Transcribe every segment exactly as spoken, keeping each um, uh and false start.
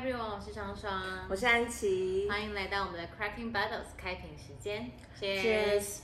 everyone， 我是双双， 我是安琪， 欢迎来到我们的 Cracking Bottles 开瓶时间 ，Cheers。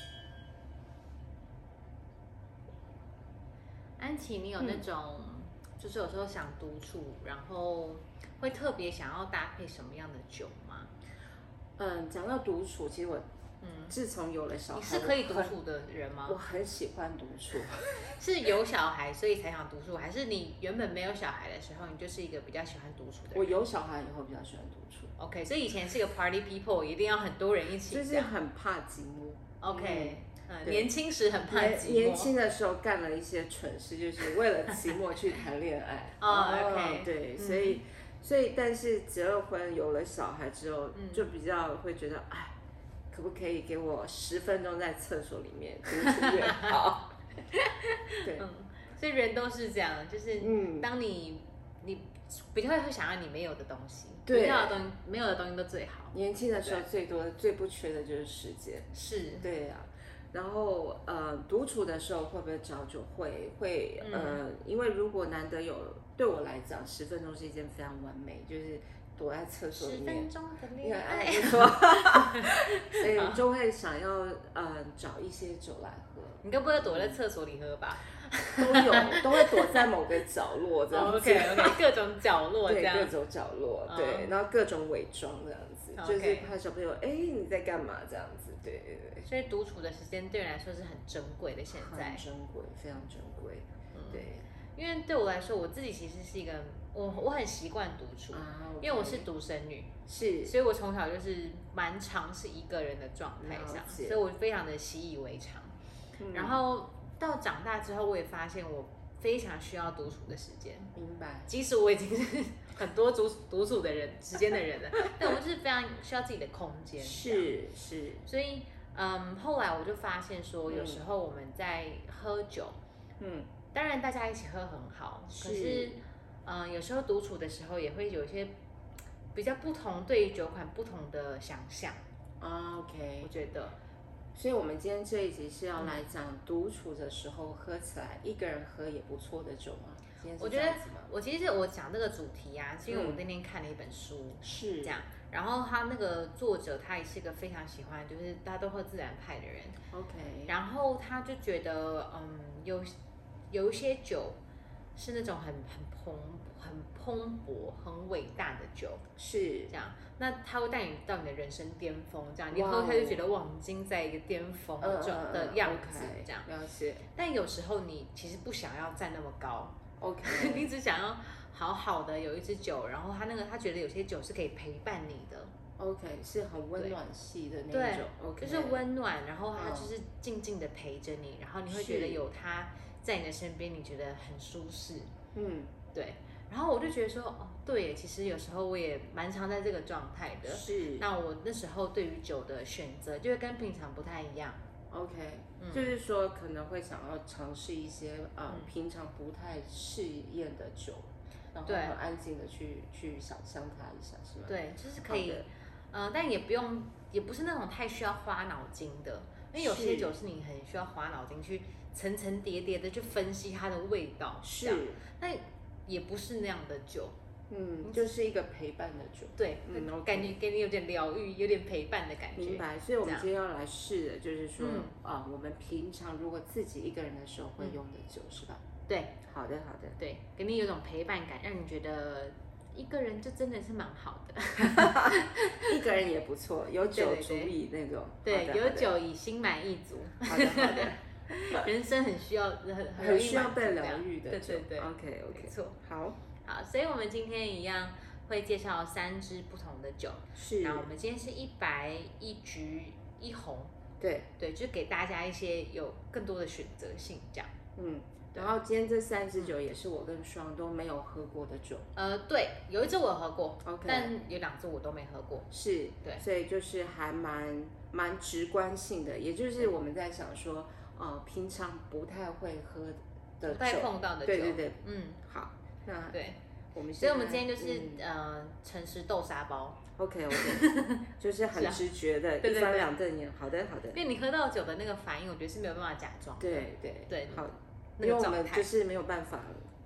安琪，你有那种、嗯、就是有时候想独处，然后会特别想要搭配什么样的酒吗？ 嗯，讲到独处，其实我嗯，自从有了小孩， 你是可以独处的人吗？ 我很喜欢独处。 是有小孩所以才想独处，还是你原本没有小孩的时候，你就是一个比较喜欢独处的人？ 我有小孩以后比较喜欢独处。 OK， 所以以前是个 party people， 一定要很多人一起， 就是很怕寂寞。 OK，嗯，嗯年轻时很怕寂寞。 年轻的时候干了一些蠢事，就是为了寂寞去谈恋爱。 哦 ，OK， 对，所以、嗯、所以但是结了婚有了小孩之后，嗯、就比较会觉得，哎，可不可以给我十分钟在厕所里面独处越好？对， 嗯，所以人都是这样，就是当你、嗯、你比较会想要你没有的东西，对，要的东西没有的东西都最好。 年轻的时候最多最不缺的就是时间， 是， 对啊。然后呃，独处的时候会不会找酒？会会、嗯、呃，因为如果难得有，对我来讲，十分钟是一件非常完美，就是躲在厕所里面， 十分钟的恋爱， 所以就会想要呃找一些酒来喝。 你该不会躲在厕所里喝吧？ 都有，都会躲在某个角落这样子。 OK OK， 各种角落这样， 对，各种角落，对， oh. 然后各种伪装这样子， okay. 就是怕小朋友，哎，你在干嘛这样子，对对对。 所以独处的时间对你来说是很珍贵的，现在很珍贵，非常珍贵，嗯、对。 因为对我来说，我自己其实是一个，我我很习惯独处，啊 okay. 因为我是独生女， 是， 所以我从小就是蛮常是一个人的状态上，所以我非常的习以为常。嗯、然后到长大之后，我也发现我非常需要独处的时间。 明白。 即使我已经是很多独独处的人时间的人了，但我就是非常需要自己的空间。 是是。 所以，嗯，后来我就发现说，有时候我们在喝酒，嗯，当然大家一起喝很好，可是，嗯，有时候独处的时候也会有一些比较不同，对于酒款不同的想象。 啊 ，OK， 我觉得。 所以，我们今天这一集是要来讲独处的时候喝起来一个人喝也不错的酒吗？今天是这样子吗？ 我觉得，我其实我讲这个主题啊，是因为我那天看了一本书， 是这样。然后他那个作者，他也是一个非常喜欢，就是大家都喝自然派的人。 OK。然后他就觉得，嗯，有有一些酒是那种很很蓬很蓬勃、很伟大的酒， 是这样。那他会带你到你的人生巅峰，这样你喝他就觉得哇，已经在一个巅峰的样子，这样。 了解。 但有时候你其实不想要站那么高 ，OK， 你只想要好好的有一支酒，然后他那个他觉得有些酒是可以陪伴你的 ，OK， 是很温暖系的那种 ，OK， 就是温暖，然后他就是静静的陪着你，然后你会觉得有他在你的身边，你觉得很舒适，嗯，对。然后我就觉得说，哦，对，其实有时候我也蛮常在这个状态的。 是。 那我那时候对于酒的选择，就会跟平常不太一样。 OK，、嗯、就是说可能会想要尝试一些呃、嗯、平常不太试验的酒，然后很安静的去去想象它一下，是吗？ 对，就是可以，呃，但也不用，也不是那种太需要花脑筋的，因为有些酒是你很需要花脑筋去层层叠叠的去分析它的味道， 是， 但也不是那样的酒， 嗯，就是一个陪伴的酒， 对，嗯，我感觉给你有点疗愈，有点陪伴的感觉。 明白，所以我们今天要来试的就是说，啊、嗯呃，我们平常如果自己一个人的时候会用的酒，嗯、是吧？ 对， 好的，好的， 对，给你有种陪伴感，让你觉得一个人就真的是蛮好的， 一个人也不错，有酒足以那种， 对，对有酒以心满意足， 好的，好的。 人生很需要，很很需要被疗愈的， 对对对 ，OK OK， 没错， 好， 好，所以我们今天一样会介绍三支不同的酒， 是， 然后我们今天是一白一橘一红， 对对，就给大家一些有更多的选择性，这样， 嗯，然后今天这三支酒也是我跟双都没有喝过的酒， 呃，对，有一支我有喝过 ，OK， 但有两支我都没喝过， 是， 对， 所以就是还蛮蛮直观性的，也就是我们在想说。呃，平常不太会喝的酒， 不太碰到的酒， 对对对， 嗯， 好，那对， 我们所以我们今天就是、嗯、呃诚实豆沙包 ，OK OK， 就是很直觉的，一翻两瞪眼，好的好的， 因为你喝到酒的那个反应，我觉得是没有办法假装， 对对对， 好，因为我们就是没有办法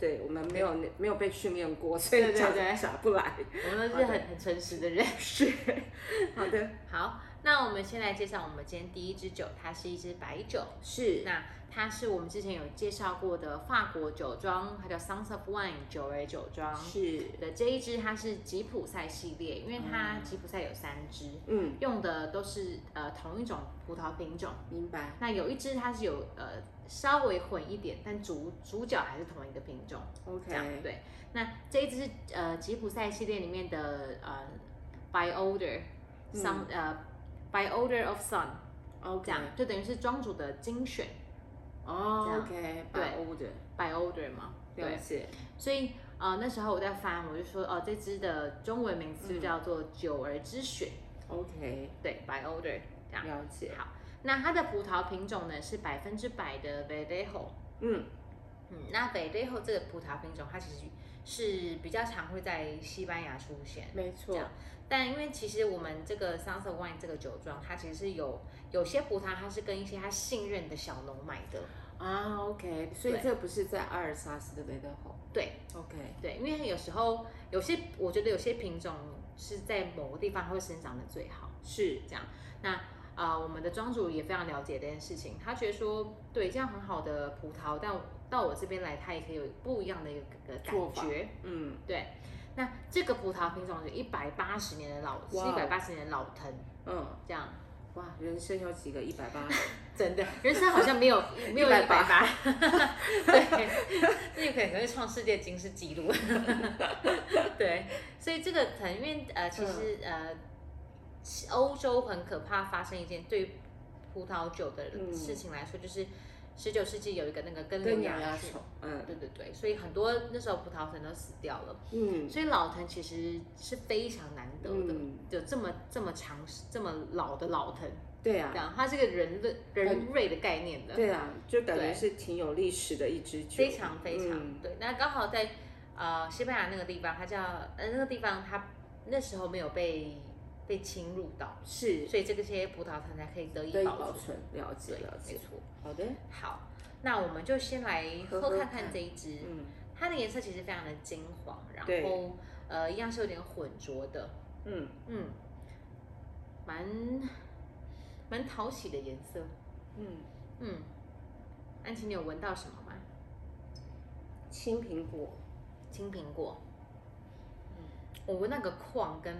对我们没有没有被训练过，所以讲讲不来。 我们都是很很诚实的人。 是，好的， 好，那我们先来介绍我们今天第一支酒，它是一支白酒。 是， 那它是我们之前有介绍过的法国酒庄，它叫 Sons of Wine 九儿酒庄。 是的，这一支它是吉普赛系列，因为它吉普赛有三支， 嗯， 用的都是呃同一种葡萄品种。 明白。 那有一支它是有呃稍微混一点，但主主角还是同一个品种。 OK， 对。那这一支是呃吉普赛系列里面的呃 By Order Sun、嗯、呃 By Order of Sun， 这样就等于是庄主的精选。 哦 ，OK， 对 ，by order， by order 嘛， 了解。 所以呃那时候我在翻，我就说哦，这支的中文名字就叫做九儿之选。 OK， 对 ，by order 这样。 了解。 好，那它的葡萄品种呢是百分之百的 Verdejo。嗯嗯，那 Verdejo 这个葡萄品种，它其实是比较常会在西班牙出现。 没错。 但因为其实我们这个 Sons of Wine 这个酒庄，它其实是有有些葡萄，它是跟一些他信任的小农买的啊。OK， 所以这不是在阿尔萨斯的 Verdejo。 对 ，OK， 对，因为有时候有些，我觉得有些品种是在某个地方它会生长的最好， 是这样。那啊、呃，我们的庄主也非常了解这件事情，他觉得说，对，这样很好的葡萄，但到我这边来，它也可以有不一样的一个感觉。嗯，对。那这个葡萄品种有一百八十年的老，是一百八十年的老藤。嗯，这样。 哇，人生有几个一百八？ 真的，人生好像没有没有一百八。对，这可能会创世界金氏纪录。对，所以这个藤，因为呃，其实、嗯、呃，欧洲很可怕，发生一件对葡萄酒的事情来说，嗯、就是十九世纪有一个那个根瘤蚜虫。嗯，对对对，所以很多那时候葡萄藤都死掉了。嗯，所以老藤其实是非常难得的，嗯、有这么这么长、这么老的老藤。 对啊， 这样它是个人的人瑞的概念的。 对啊，就感觉是挺有历史的一支酒。 非常非常、嗯、对。那刚好在呃西班牙那个地方，它叫呃那个地方它那时候没有被被侵入到， 是， 所以这个些葡萄藤才可以得以保存。 了解了解， 没错。 好的， 好，那我们就先来喝看看这一支。嗯，它的颜色其实非常的金黄，然后呃一样是有点混浊的。嗯嗯，蛮。蛮讨喜的颜色，嗯嗯，安琪，你有闻到什么吗？ 青苹果， 青苹果，嗯，我闻那个矿跟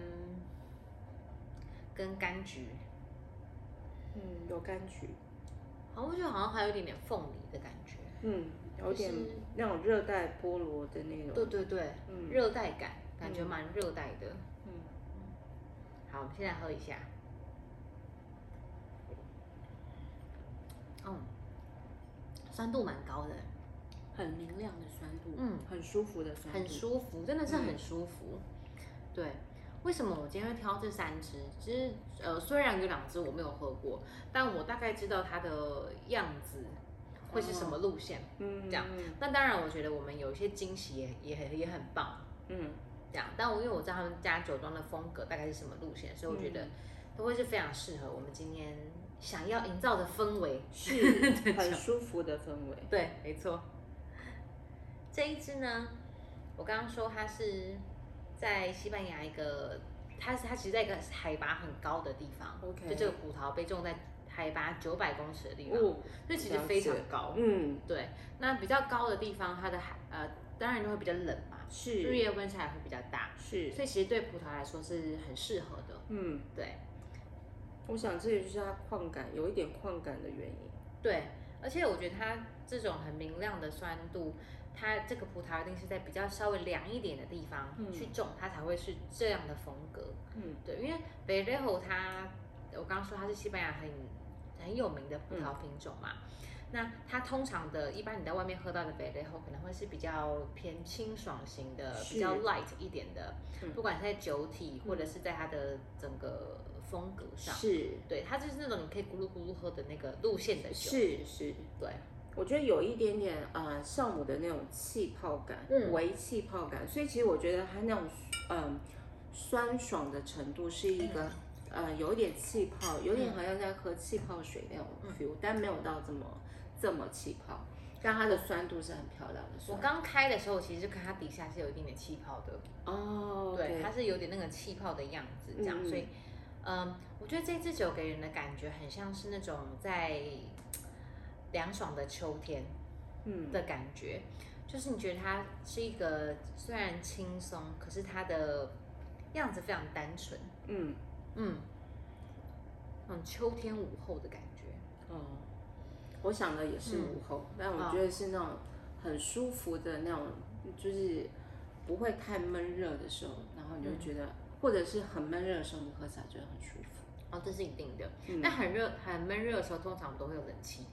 跟柑橘， 嗯，有柑橘， 好，我觉得好像还有一点点凤梨的感觉， 嗯，有点那种热带菠萝的那种， 对对对，嗯，热带感，感觉蛮热带的，嗯，好，我们现在喝一下。嗯，酸度蛮高的， 很明亮的酸度，嗯，很舒服的酸度， 很舒服，真的是很舒服。嗯、对，为什么我今天会挑这三支？其实呃，虽然有两支我没有喝过，但我大概知道它的样子会是什么路线，嗯，这样。那当然，我觉得我们有一些惊喜也也很也很棒，嗯，这样。但我因为我知道他们家酒庄的风格大概是什么路线，所以我觉得都会是非常适合我们今天想要营造的氛围， 是很舒服的氛围。 对，没错。这一支呢，我刚刚说它是在西班牙一个，它是它其实在一个海拔很高的地方。OK， 就这个葡萄被种在海拔九百公尺的地方，哦，所以其实非常高。嗯，对。那比较高的地方，它的海呃，当然就会比较冷嘛，是日夜温差也会比较大，是，所以其实对葡萄来说是很适合的。嗯，对。 我想这也就是它矿感有一点矿感的原因。 对，而且我觉得它这种很明亮的酸度，它这个葡萄一定是在比较稍微凉一点的地方去种，嗯、它才会是这样的风格。嗯，对，因为 Verdejo 它，我刚刚说它是西班牙很很有名的葡萄品种嘛。嗯、那它通常的，一般你在外面喝到的 Verdejo 可能会是比较偏清爽型的，比较 light 一点的，嗯、不管是在酒体或者是在它的整个风格上，是，对，它就是那种你可以咕噜咕噜喝的那个路线的酒， 是是， 对， 我觉得有一点点呃酵母的那种气泡感，嗯，微气泡感，所以其实我觉得它那种嗯、呃、酸爽的程度是一个、嗯、呃有一点气泡，有点好像在喝气泡水那种 feel，、嗯、但没有到这么这么气泡。 但它的酸度是很漂亮的酸。 我刚开的时候，其实看它底下是有一点点气泡的。 哦， 对，它是有点那个气泡的样子，这样，嗯、所以，嗯，我觉得这支酒给人的感觉很像是那种在凉爽的秋天，嗯的感觉，嗯、就是你觉得它是一个虽然轻松，可是它的样子非常单纯，嗯嗯，那种秋天午后的感觉。 哦，我想的也是午后，嗯、但我觉得是那种很舒服的那种，就是不会太闷热的时候，然后你就觉得，嗯、或者是很闷热的时候，你喝起来觉得很舒服。 哦，这是一定的。那、嗯、很热、很闷热的时候，通常我们都会有冷气，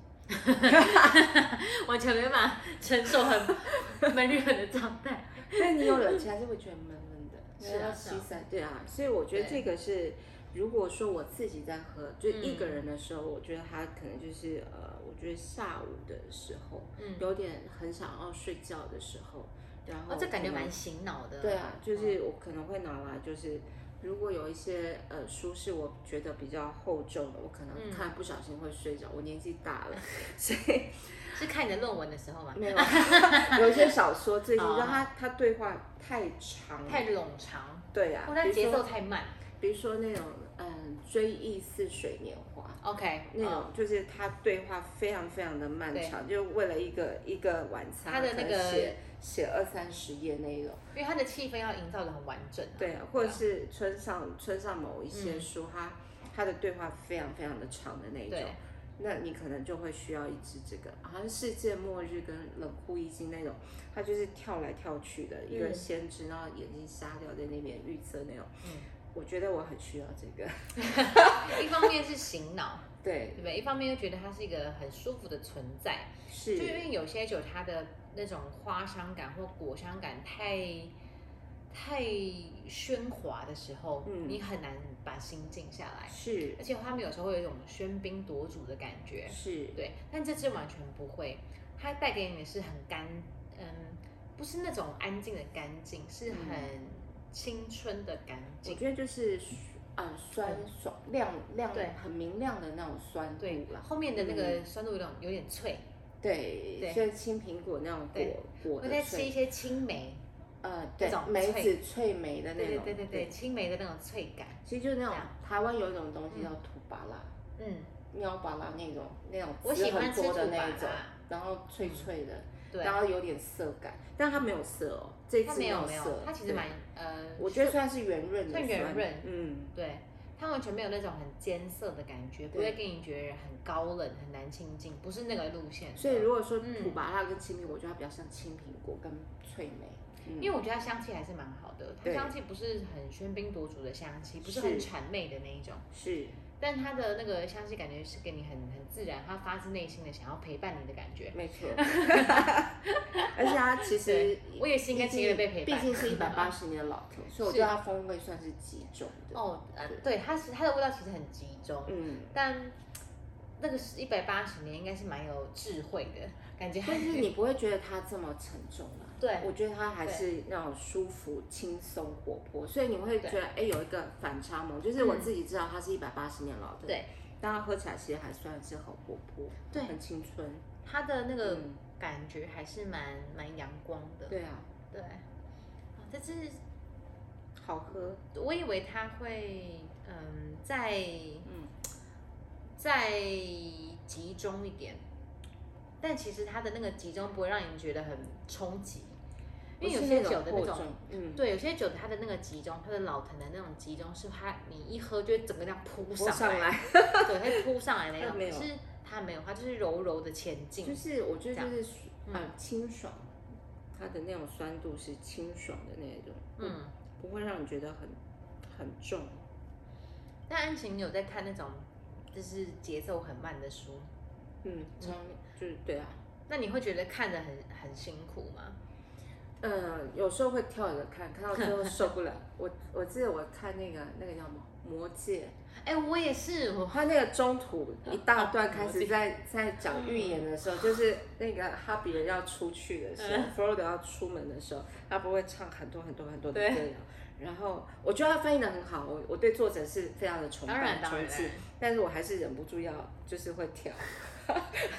完全没办法承受很闷热的状态。 但你有冷气，还是会觉得闷闷的，是要吸散。对啊，所以我觉得这个是。如果说我自己在喝，就一个人的时候，嗯、我觉得他可能就是呃，我觉得下午的时候，嗯、有点很想要睡觉的时候，然后哦，这感觉蛮醒脑的。 对啊，就是我可能会拿来，就是如果有一些呃书是我觉得比较厚重的，我可能看不小心会睡着。嗯、我年纪大了，所以是看你的论文的时候吗？ 没有，有一些小说最近让他他对话太长， 太冗长， 对呀、 啊，或者节奏太慢。 比如说那种嗯《追忆似水年华》 ，OK， 那种就是他对话非常非常的漫长，就为了一个一个晚餐， 他的那个写写二三十页那种， 因为他的气氛要营造的很完整、啊。 对啊，或者是村上村上某一些书，嗯、他他的对话非常非常的长的那种，那你可能就会需要一支这个，好像世界末日跟冷酷异境那种，他就是跳来跳去的一个先知，然后眼睛瞎掉在那边预测那种。嗯，我觉得我很需要这个， 一方面是醒脑， 对， 对不对？一方面又觉得它是一个很舒服的存在， 是， 就因为有些酒它的那种花香感或果香感太太喧哗的时候，嗯、你很难把心静下来， 是， 而且他们有时候会有一种喧宾夺主的感觉， 是对，但这支完全不会，它带给你的是很干，嗯，不是那种安静的干净，是很。嗯青春的干净， 我觉得就是呃酸爽亮亮，对，很明亮的那种酸度啦。 后面的那个酸度有点有点脆， 对，像青苹果那种果果的脆。 我在吃一些青梅， 呃，对，梅子脆梅的那种， 对对对对，青梅的那种脆感。 其实就是那种台湾有一种东西叫土芭乐，嗯，喵芭乐那种那种籽很多的那种，然后脆脆的。 对， 然后有点涩感，但它没有涩哦，这次没有涩， 它其实蛮呃， 我觉得算是圆润的， 算圆润，嗯，对，它完全没有那种很艰涩的感觉，不会给你觉得很高冷、很难亲近，不是那个路线。 所以如果说土芭乐跟青苹果，我觉得它比较像青苹果跟脆梅， 因为我觉得它香气还是蛮好的，它香气不是很喧宾夺主的香气，不是很谄媚的那一种， 是。 但它的那个香气感觉是给你很很自然，它发自内心的想要陪伴你的感觉。 没错，而且它其实我也心甘情愿被陪伴， 毕竟是一百八十年的老酒，所以我觉得它风味算是集中的。 哦，呃，对，它是它的味道其实很集中，嗯，但那个是一百八十年应该是蛮有智慧的感觉， 但是你不会觉得它这么沉重啊。 对， 我觉得它还是那种舒服、轻松、活泼，所以你会觉得哎有一个反差萌，就是我自己知道它是一百八十年老的， 对， 但它喝起来其实还算是很活泼， 对， 很青春， 它的那个感觉还是蛮蛮阳光的， 对啊， 对，这支好喝， 我以为它会嗯再嗯再集中一点。但其实它的那个集中不会让你觉得很冲击，因为有些酒的那种，嗯，对，有些酒它的那个集中，它的老藤的那种集中，是它你一喝就会整个这样扑上来，对，它扑上来那种。可是它没有，它就是柔柔的前进， 就是我觉得就是嗯清爽，它的那种酸度是清爽的那种，嗯，不会让你觉得很很重。 但安晴，你有在看那种就是节奏很慢的书？ 嗯，从就是对啊， 那你会觉得看着很很辛苦吗？ 嗯，有时候会跳着看，看到最后受不了。我我记得我看那个那个叫什么《魔戒》， 哎，我也是， 他那个中途一大段开始在在讲预言的时候，就是那个哈比人要出去的时候，弗罗多要出门的时候，他不会唱很多很多很多的歌谣。然后我觉得他翻译的很好，我我对作者是非常的崇拜崇敬，但是我还是忍不住要就是会跳。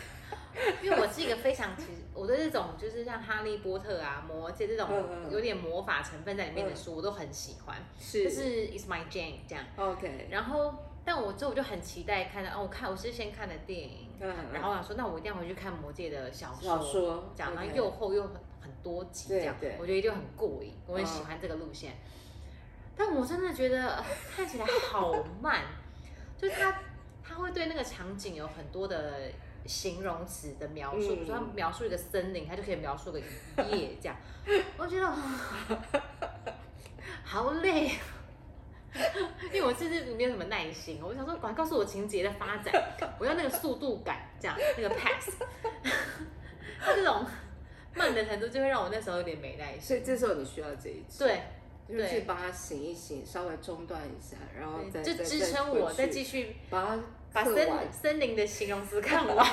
因为我是一个非常，其实我对这种就是像哈利波特啊、魔戒这种有点魔法成分在里面的书，我都很喜欢，是，就是 It's my jam 这样。 OK。 然后，但我之后我就很期待看到，哦，我看我是先看的电影，嗯、然后我想说，那我一定要回去看魔戒的小说， 小说这样，然后又厚又很很多集这样，我觉得就很过瘾，我很喜欢这个路线。但我真的觉得看起来好慢，就是他他会对那个场景有很多的形容词的描述，比如说他描述一个森林，他就可以描述个一页这样，我觉得好累，因为我其实没有什么耐心，我想说，赶快告诉我情节的发展，我要那个速度感，这样那个 pace， 这种慢的程度就会让我那时候有点没耐心， 所以这时候你需要这一支， 对。 就去把它醒一醒，稍微中断一下，然后再就支撑我再继续把它把森森林的形容词看完。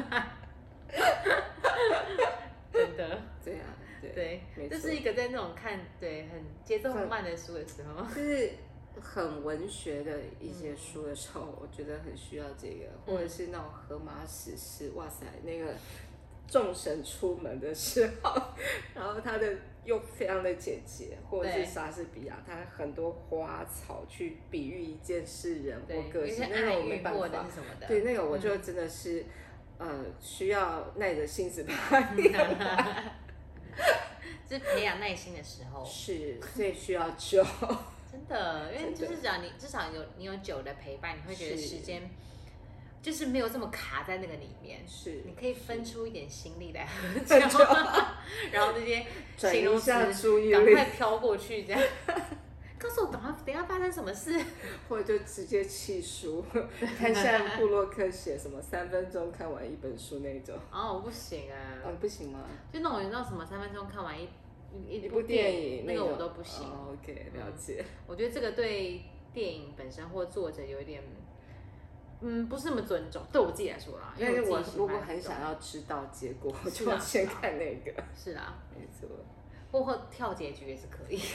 真的， 对啊， 对，对，这是一个在那种看对很节奏很慢的书的时候， 就是很文学的一些书的时候，嗯、我觉得很需要这个，或者是那种荷马史诗，哇塞，那个众神出门的时候，然后他的。又非常的简洁，或者是莎士比亚，他很多花草去比喻一件事人或个性，那个我没办法。对，那个我就真的是，嗯、呃，需要耐着性子把它念完。 就是培养耐心的时候。 是，所以需要酒。 真的，因为就是只要你至少有你有酒的陪伴，你会觉得时间。就是没有这么卡在那个里面，是你可以分出一点心力来喝酒，然后这些形容词赶快飘过去，这样告诉我赶快等一下发生什么事， 或者就直接弃书，看现在部落客写什么三分钟看完一本书那种。 哦，我不行啊， 哦，不行吗？ 就那种你知道什么三分钟看完一一一部电影， 那个我都不行。 哦 OK， 了解、嗯。 我觉得这个对电影本身或作者有一点。嗯，不是那么尊重，对我自己来说啦。 因为我如果很想要知道结果，我就先看那个。 是啊， 没错。 或或跳结局也是可以。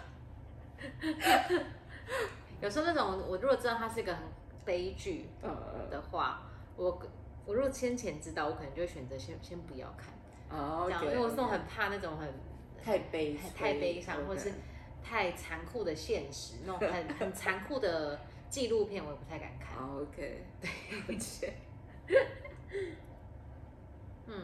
有时候那种，我如果知道它是一个很悲剧的话，嗯、我我如果先前知道，我可能就会选择先先不要看。 哦， 这样，因为我是很怕那种很太悲太悲伤，或者是太残酷的现实，那种很很残酷的。纪录片我也不太敢看。 Oh, OK， 对，了解。 嗯，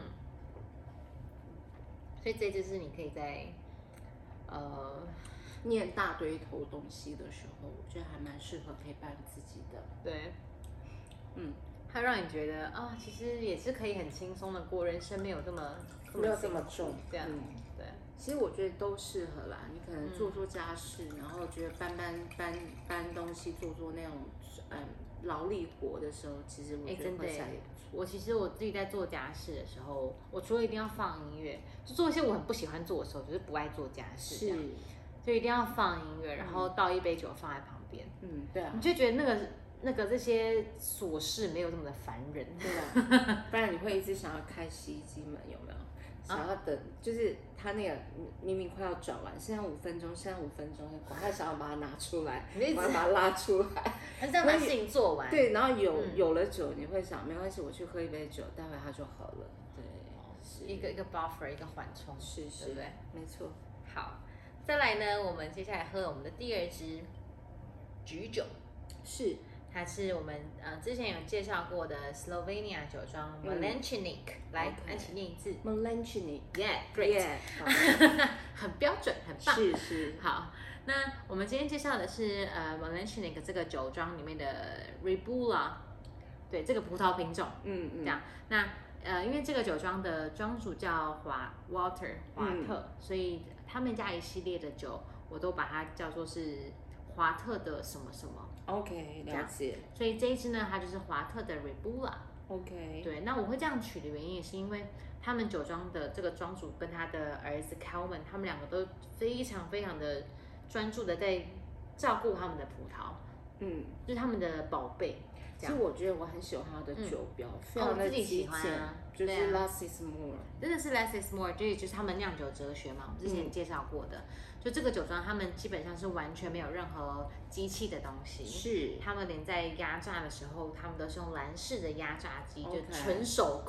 所以这就是你可以在呃念大堆头东西的时候，我觉得还蛮适合陪伴自己的。 对，嗯，它让你觉得啊，其实也是可以很轻松的过人生，没有这么没有这么重， 这样，嗯、对。 其实我觉得都适合啦，你可能做做家事，嗯、然后觉得搬搬搬搬东西，做做那种嗯劳力活的时候，其实我觉得喝起来也不错。 我其实我自己在做家事的时候，我除了一定要放音乐，就做一些我很不喜欢做的时候，就是不爱做家事，是，就一定要放音乐，然后倒一杯酒放在旁边， 嗯，对啊， 你就觉得那个那个这些琐事没有这么的烦人， 对啊，不然你会一直想要开洗衣机门，有没有？想要等，就是他那个明明快要转完，剩下五分钟，剩下五分钟，赶快想要把它拿出来，把它拉出来， 很想把事情做完。 对，然后有、嗯、有了酒，你会想没关系，我去喝一杯酒，待会它就好了。对， 是一个一个 buffer， 一个缓冲， 是是， 对不对？ 没错。 好，再来呢，我们接下来喝我们的第二支橘酒， 是。 它是我们呃之前有介绍过的 Slovenia 酒庄 Mlačnik，、嗯、来，安琪念一次 Mlačnik，Yeah，Great，、 yeah, 很标准，很棒。 是是。 好，那我们今天介绍的是呃 Mlačnik 这个酒庄里面的 Ribula， 对，这个葡萄品种，嗯嗯，这样。那呃，因为这个酒庄的庄主叫华 Walter 华特、嗯，所以他们家一系列的酒，我都把它叫做是华特的什么什么。 OK， 了解。 所以这一支呢，它就是华特的 Ribula。OK。对，那我会这样取的原因也是因为他们酒庄的这个庄主跟他的儿子 Calvin， 他们两个都非常非常的专注的在照顾他们的葡萄，嗯，就是他们的宝贝。 其实我觉得我很喜欢它的酒标，嗯、非常的极简、哦，就是 less is more， 真的是 less is more， 这就是他们酿酒哲学嘛，我们之前介绍过的。嗯、就这个酒庄，他们基本上是完全没有任何机器的东西， 是， 他们连在压榨的时候，他们都是用兰氏的压榨机， okay. 就纯手工。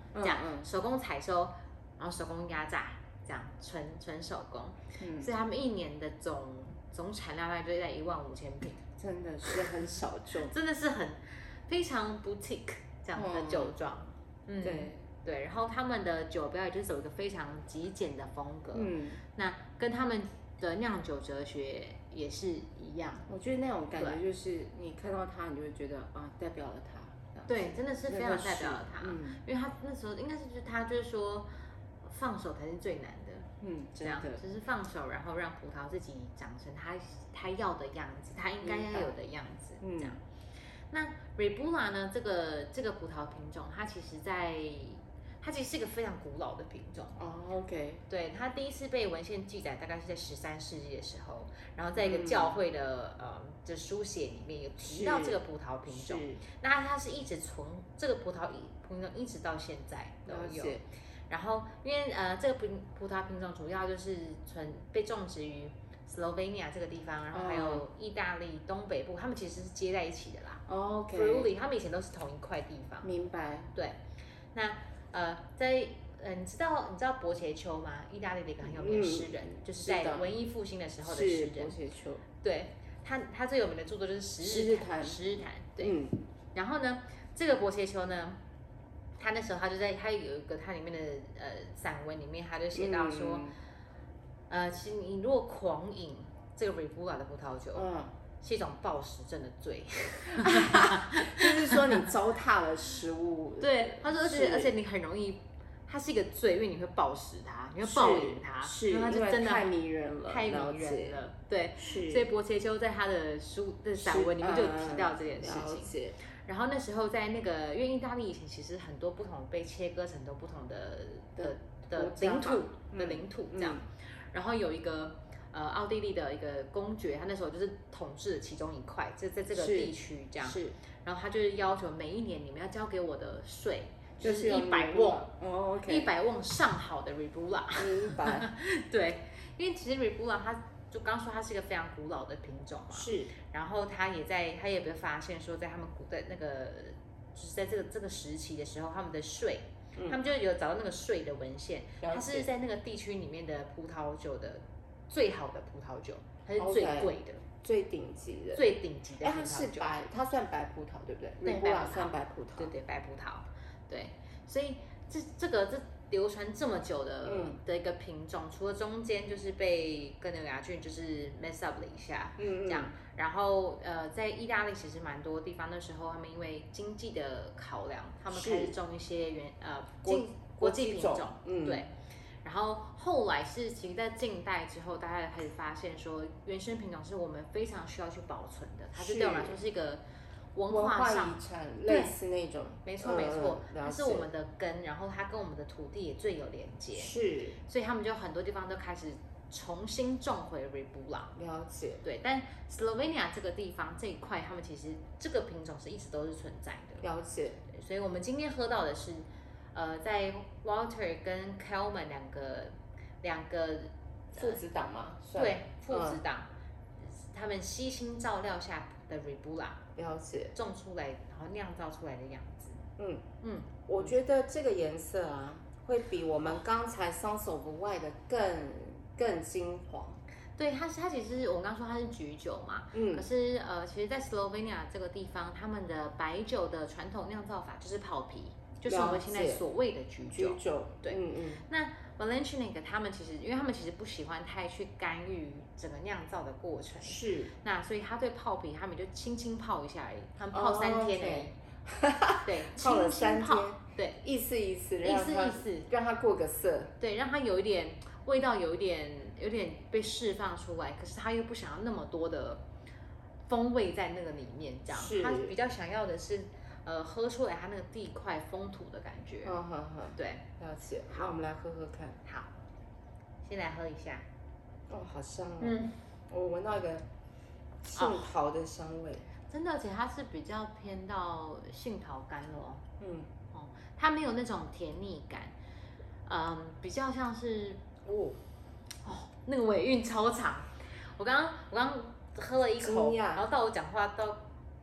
这样、嗯嗯、手工采收，然后手工压榨，这样纯纯手工，嗯，所以他们一年的总总产量大概就在一万五千瓶， 真的是很小众， 真的是很非常 boutique 这样的酒庄，嗯，对。对，然后他们的酒标也就是走一个非常极简的风格，嗯，那跟他们的酿酒哲学也是一样。 我觉得那种感觉就是你看到它，你就会觉得啊，代表了它。 对，真的是非常代表了它，嗯，因为他那时候应该是就是他就是说放手才是最难的，嗯，这样就是放手，然后让葡萄自己长成它它要的样子，它应该要有的样子，这样。那 Ribula 呢？这个这个葡萄品种，它其实在它其实是一个非常古老的品种哦、oh, ，OK， 对，它第一次被文献记载大概是在十三世纪的时候，然后在一个教会的、嗯、呃的书写里面有提到这个葡萄品种，那它是一直存这个葡萄品种一直到现在都有，然后因为呃这个葡葡萄品种主要就是存被种植于 Slovenia 这个地方，然后还有意大利东北部，他们其实是接在一起的啦。 哦 ，OK， Friuli 他们以前都是同一块地方。 明白。 对，那呃在呃你知道你知道伯切丘吗？意大利的一个很有名的诗人，嗯、就是在文艺复兴的时候的诗人。 伯切丘。 对，他他最有名的著作就是《十日谈》。 十日谈。对。嗯。然后呢，这个伯切丘呢，他那时候他就在他有一个他里面的呃散文里面，他就写到说。嗯呃，其实你如果狂饮这个 Ribula 的葡萄酒，嗯，是一种暴食症的罪， 就是说你糟蹋了食物。 对，他说，而且而且你很容易，它是一个罪，因为你会暴食它，你会暴饮它， 是， 因为它就真的太迷人了， 太迷人了。对，是。所以伯切丘在他的书的散文里面就提到这件事情。然后那时候在那个，因为意大利以前其实很多不同被切割成都不同的的的领土的领土这样。然后有一个呃奥地利的一个公爵，他那时候就是统治了其中一块，在在这个地区这样。是。然后他就是要求每一年你们要交给我的税就是一百瓮， 哦 ，OK， 一百瓮上好的 Ribula。 明白。 对，因为其实 Ribula 它就刚说它是一个非常古老的品种嘛。是。然后他也在他也被发现说，在他们古的那个就是在这个这个时期的时候，他们的税。他们就有找到那个税的文献，它是在那个地区里面的葡萄酒的最好的葡萄酒，它是最贵的、 okay, 最顶级的、 最顶级的葡萄酒。 它是白，它算白葡萄对不对？ 对， 白算白葡萄。 对对，白葡萄。对，所以这这个这流传这么久的、嗯、的一个品种，除了中间就是被根瘤芽菌就是 mess up 了一下，嗯这样。然后呃，在意大利其实蛮多地方，那时候他们因为经济的考量，他们开始种一些原呃国国际品种，嗯，对。然后后来是其实，在近代之后，大家开始发现说，原生品种是我们非常需要去保存的，它是对我们来说是一个文化上遗产，类似那种， 没错没错，它是我们的根，然后它跟我们的土地也最有连接， 是， 所以他们就很多地方都开始。重新种回 Ribula， 了解， 对，但 Slovenia 这个地方这一块，他们其实这个品种是一直都是存在的， 了解。 对，所以我们今天喝到的是，呃，在 Walter 跟 Kelman 两个两个父子档嘛， 对，父子档，嗯、他们悉心照料下的 Ribula， 了解， 种出来然后酿造出来的样子， 嗯嗯，我觉得这个颜色啊，会比我们刚才 Sons of Wine 的更。更金黄， 对，它是它其实我刚刚说它是橘酒嘛，嗯，可是呃，其实，在 Slovenia 这个地方，他们的白酒的传统酿造法就是泡皮，就是我们现在所谓的橘酒， 橘酒， 对，嗯嗯。那 Valenciennes 他们其实，因为他们其实不喜欢太去干预整个酿造的过程， 是， 那所以他对泡皮，他们就轻轻泡一下而已，他们泡三天而已， 哦 okay、对，泡了三天， 对， 意思意思， 意思意思， 让它过个色， 对，让它有一点。味道有一点有点被释放出来，可是他又不想要那么多的风味在那个里面，这样，他比较想要的是，呃，喝出来它那个地块风土的感觉。 嗯哼哼， 对， 了解。好，我们来喝喝看。 好，先来喝一下。 哦，好香哦。嗯，我闻到一个杏桃的香味。哦、 真的，而且它是比较偏到杏桃干了。嗯，哦，它没有那种甜腻感，嗯，比较像是。哦，哦，那个尾韵超长。我刚刚我刚喝了一口，然后到我讲话到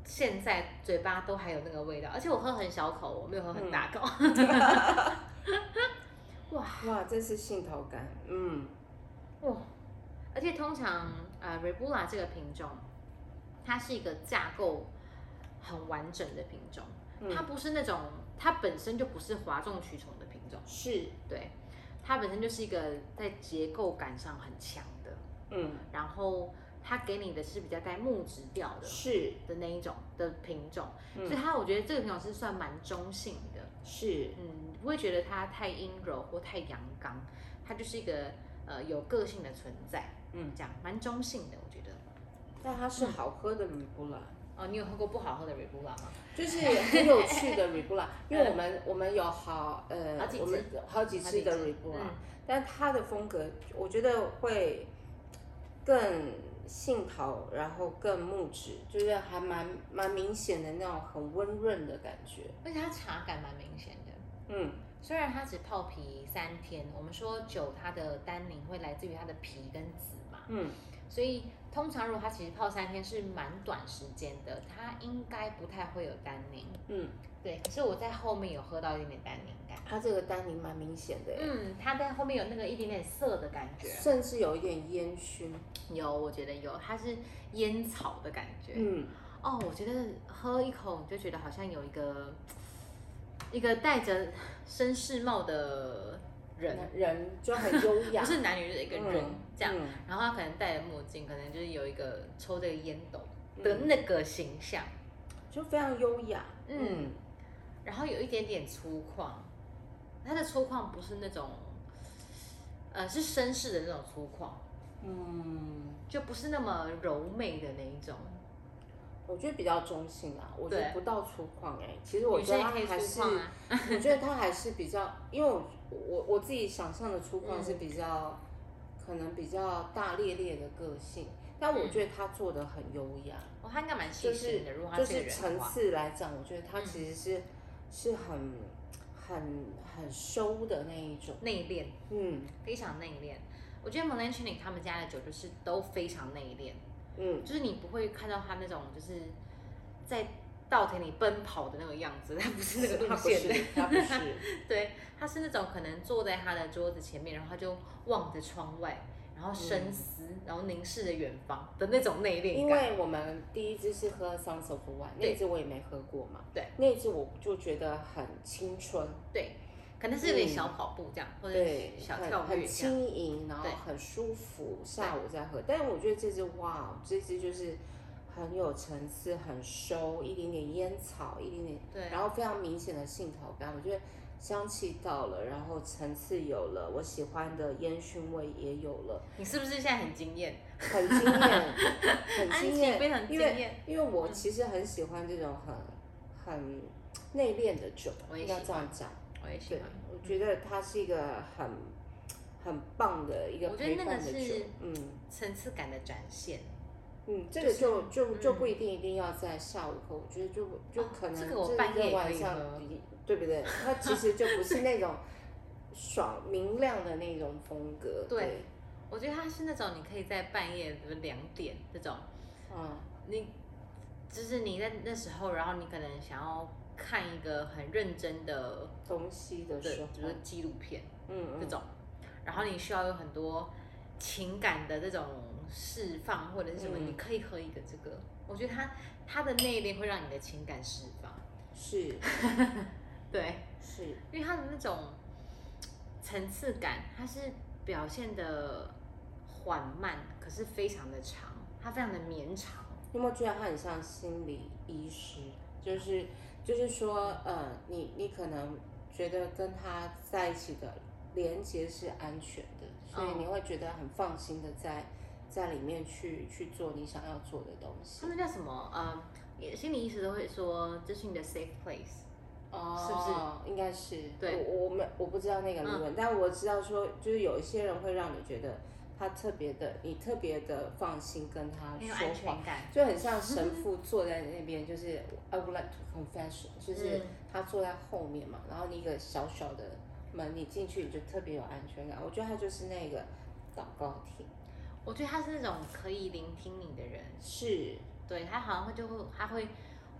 现在嘴巴都还有那个味道，而且我喝很小口，我没有喝很大口。 嗯、哇哇，这是杏桃柑，嗯， 哇，而且通常呃 Rebula 这个品种，它是一个架构很完整的品种，嗯、它不是那种它本身就不是哗众取宠的品种， 是对，它本身就是一个在结构感上很强的，嗯，然后。它给你的是比较带木质调的， 是的那一种的品种，嗯、所以它我觉得这个品种是算蛮中性的， 是， 嗯，不会觉得它太阴柔或太阳刚，它就是一个呃有个性的存在，嗯，这样蛮中性的，我觉得。 但它是好喝的 Rebula。 哦，你有喝过不好喝的 Rebula 吗？ 就是很有趣的 Rebula， 因为我们我们有好呃好几我们好几支的 Rebula，、嗯、但它的风格我觉得会更杏桃，然后更木质，就是还蛮蛮明显的那种很温润的感觉， 而且它茶感蛮明显的。嗯，虽然它只泡皮三天，我们说酒它的单宁会来自于它的皮跟籽嘛，嗯，所以通常如果它其实泡三天是蛮短时间的，它应该不太会有单宁。嗯，对。可是我在后面有喝到一点点单宁感， 它这个单宁蛮明显的。 嗯，它在后面有那个一点点涩的感觉， 甚至有一点烟熏。 有，我觉得有，它是烟草的感觉。嗯，哦，我觉得喝一口你就觉得好像有一个一个戴着绅士帽的人， 人就很优雅， 不是男女的一个人、嗯、这样，嗯、然后他可能戴着墨镜，可能就是有一个抽这个烟斗的那个形象， 嗯、就非常优雅。嗯， 嗯然后有一点点粗犷，他的粗犷不是那种，呃，是绅士的那种粗犷。嗯，就不是那么柔媚的那一种， 我觉得比较中性啦，我觉得不到粗犷哎、欸。其实我觉得它还是， 啊、 我觉得它还是比较，因为我我我自己想象的粗犷是比较、嗯，可能比较大咧咧的个性，但我觉得他做的很优雅。 哦，他应该蛮细心的，如果他是就是层次来讲，我觉得他其实是、嗯、是很很很收的那一种， 内敛，嗯，非常内敛。我觉得 Melanchthonic 他们家的酒就是都非常内敛，嗯，就是你不会看到他那种就是在稻田里奔跑的那个样子，他不是那个路线的， 他不是，他不是对，他是那种可能坐在他的桌子前面，然后他就望着窗外，然后深思，嗯、然后凝视着远方的那种内敛感。 因为我们第一支是喝 Sons of Wine， 那支我也没喝过嘛， 对， 那支我就觉得很青春， 对。可能是有点小跑步这样，嗯、或者小跳跃， 很轻盈，然后很舒服。下午再喝，但是我觉得这支哇，这支就是很有层次，很收，一点点烟草，一点点， 对， 然后非常明显的杏桃感，我觉得香气到了，然后层次有了，我喜欢的烟熏味也有了。 你是不是现在很惊艳？ 很惊艳，很惊艳， 非常惊艳。 因为我其实很喜欢这种很很内敛的酒，要这样讲。 我也喜欢， 我觉得它是一个很很棒的一个陪伴的酒， 嗯，层次感的展现。 嗯，这个就就就不一定一定要在下午喝，我觉得就就可能这个我半夜晚上，对不对？它其实就不是那种爽明亮的那种风格。 对，我觉得它是那种你可以在半夜的两点这种，嗯，你就是你在那时候，然后你可能想要。看一个很认真的东西的时候， 比如说纪录片，嗯嗯，这种，然后你需要有很多情感的这种释放或者是什么，嗯、你可以喝一个这个，我觉得它它的内敛会让你的情感释放， 是， 对， 是， 因为它的那种层次感，它是表现的缓慢，可是非常的长，它非常的绵长。 你有没有觉得它很像心理医师？就是。就是说，呃，你你可能觉得跟他在一起的连接是安全的，所以你会觉得很放心的在在里面去去做你想要做的东西。 他们叫什么？呃，心理医师都会说这是你的 safe place， 哦， 是不是？ 应该是。 对， 我我没我不知道那个理论，嗯、但我知道说，就是有一些人会让你觉得。他特别的，你特别的放心跟他说话，就很像神父坐在那边，就是 I would like to confess， 就是他坐在后面嘛，然后你一个小小的门，你进去你就特别有安全感。我觉得他就是那个祷告亭， 我觉得他是那种可以聆听你的人， 是， 对他好像会就会他会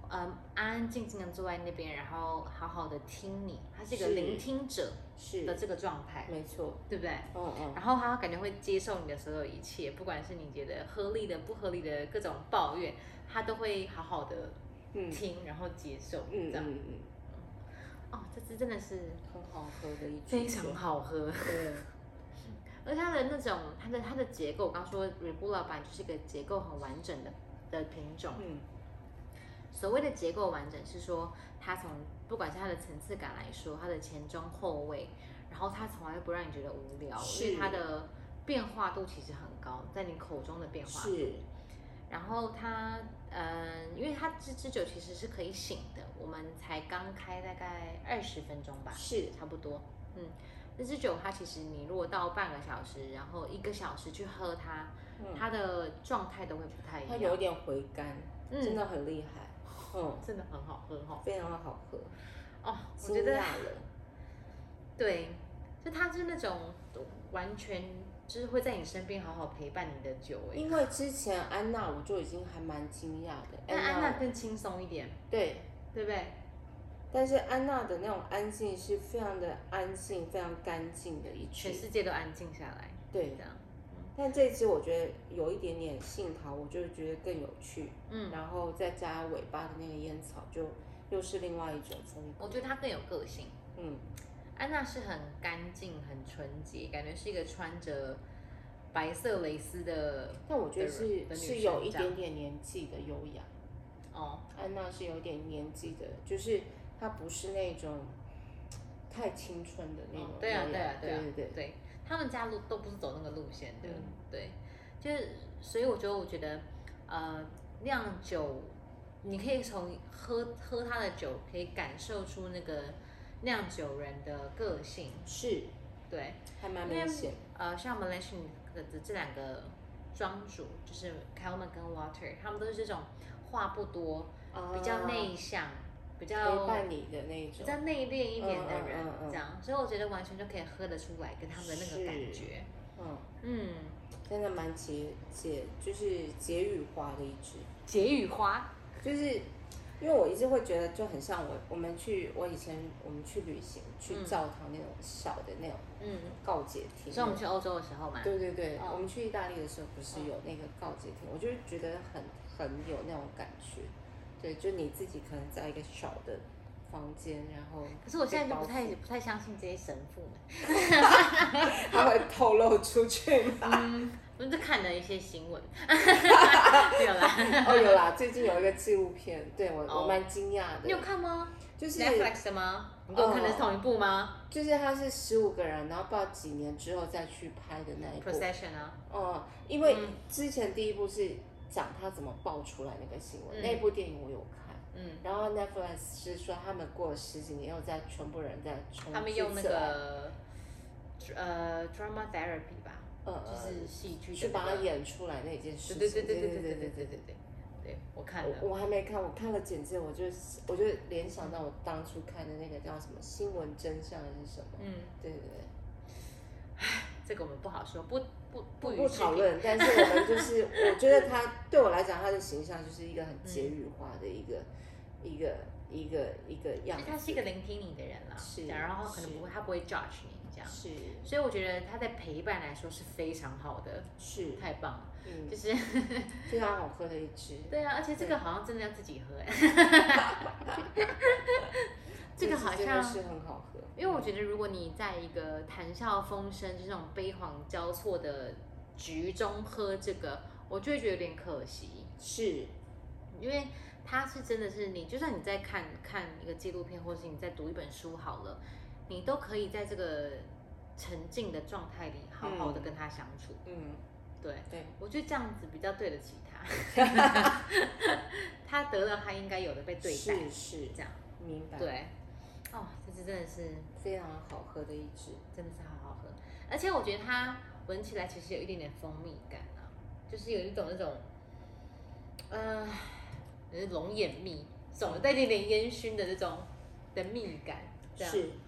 呃安安静静的坐在那边，然后好好的听你，他是一个聆听者的这个状态， 没错， 对不对？ 嗯嗯。 然后他感觉会接受你的所有一切，不管是你觉得合理的、不合理的各种抱怨，他都会好好的听，然后接受， 嗯这样。 嗯嗯。 哦，这支真的是很好喝的一支， 非常好喝。对。而它的那种，它的它的结构，我刚说 Rebula 版就是一个结构很完整的的品种。嗯。所谓的结构完整是说，它从不管是它的层次感来说，它的前中后味，然后它从来不让你觉得无聊，因为它的变化度其实很高，在你口中的变化度。是。然后它，嗯，因为它这支酒其实是可以醒的，我们才刚开大概二十分钟吧，是差不多。嗯。这支酒它其实你如果到半个小时，然后一个小时去喝它，嗯、它的状态都会不太一样。 它有点回甘，嗯、真的很厉害。 嗯，真的很好喝哈， 非常好喝。 哦，我觉得，对，就它是那种完全就是会在你身边好好陪伴你的酒哎。 因为之前安娜我就已经还蛮惊讶的， 但安娜更轻松一点， 对， 对不对？ 但是安娜的那种安静是非常的安静、非常干净的一支， 全世界都安静下来。 对， 这样。 但这支我觉得有一点点杏桃，我就觉得更有趣。嗯，然后再加尾巴的那个烟草，就又是另外一种风格。 我觉得它更有个性。嗯，安娜是很干净、很纯洁，感觉是一个穿着白色蕾丝的。 但我觉得是是有一点点年纪的优雅。哦，安娜是有点年纪的，就是她不是那种太青春的那种。 对啊，对啊， 对啊， 对对对。 他们家路都不是走那个路线的，嗯、对，就是所以我觉得，我觉得，呃，酿酒，你可以从喝喝它的酒，可以感受出那个酿酒人的个性， 是， 对， 还蛮明显。 呃，像 Malaysian 的这两个庄主，就是 Calman 跟 Water， 他们都是这种话不多，啊、比较内向。比较陪伴你的那种， 比较内敛一点的人，嗯嗯嗯、这样，所以我觉得完全就可以喝得出来，跟他们的那个感觉， 嗯嗯，真的蛮解解，就是解语花的一支。 解语花， 就是因为我一直会觉得就很像我我们去我以前我们去旅行去教堂那种小的那种嗯告解亭， 所以我们去欧洲的时候嘛， 对对对，哦、我们去意大利的时候不是有那个告解亭，我就觉得很很有那种感觉。对，就你自己可能在一个小的房间，然后可是我现在就不太不太相信这些神父们， 他会透露出去吗？ 嗯，我就看了一些新闻，有啦， 哦有啦，最近有一个纪录片，对我、哦、我蛮惊讶的。 你有看吗？ 就是 Netflix 的吗？你跟我看的是同一部吗？ 嗯、就是他是十五个人，然后不知道几年之后再去拍的那一部。 Procession 啊。 嗯，因为之前第一部是讲他怎么爆出来那个新闻，嗯、那部电影我有看。嗯，然后 Netflix 是说他们过了十几年又再全部人再重他们用那个呃 drama therapy 吧，呃，就是戏剧去把它演出来那件事情。 对对对对对对对对对对对，对我看了， 我我还没看，我看了简介，我就我就联想到我当初看的那个叫什么新闻真相还是什么，嗯，对对对。 唉，这个我们不好说，不不不不讨论，但是我们就是，我觉得他对我来讲，他的形象就是一个很节语化的一个、嗯、一个一个一个样子。 他是一个聆听你的人啦，是，然后可能不会，他不会 judge 你这样， 是， 所以我觉得他在陪伴来说是非常好的， 是， 太棒了， 嗯， 就是非常好喝的一支。 对啊，而且这个好像真的要自己喝哎。这个好像是很好喝， 因为我觉得如果你在一个谈笑风生、这种悲欢交错的局中喝这个，我就会觉得有点可惜。 是， 因为它是真的是你，就算你在看看一个纪录片，或是你在读一本书好了，你都可以在这个沉浸的状态里好好的跟他相处。嗯，对，对，我觉得这样子比较对得起他。他得了他应该有的被对待， 是是这样， 明白？ 对。哦，这支真的是非常好喝的一支， 真的是好好喝，而且我觉得它闻起来其实有一点点蜂蜜感啊，就是有一种那种，呃，龙眼蜜，总带一点点烟熏的这种的蜜感，这样是，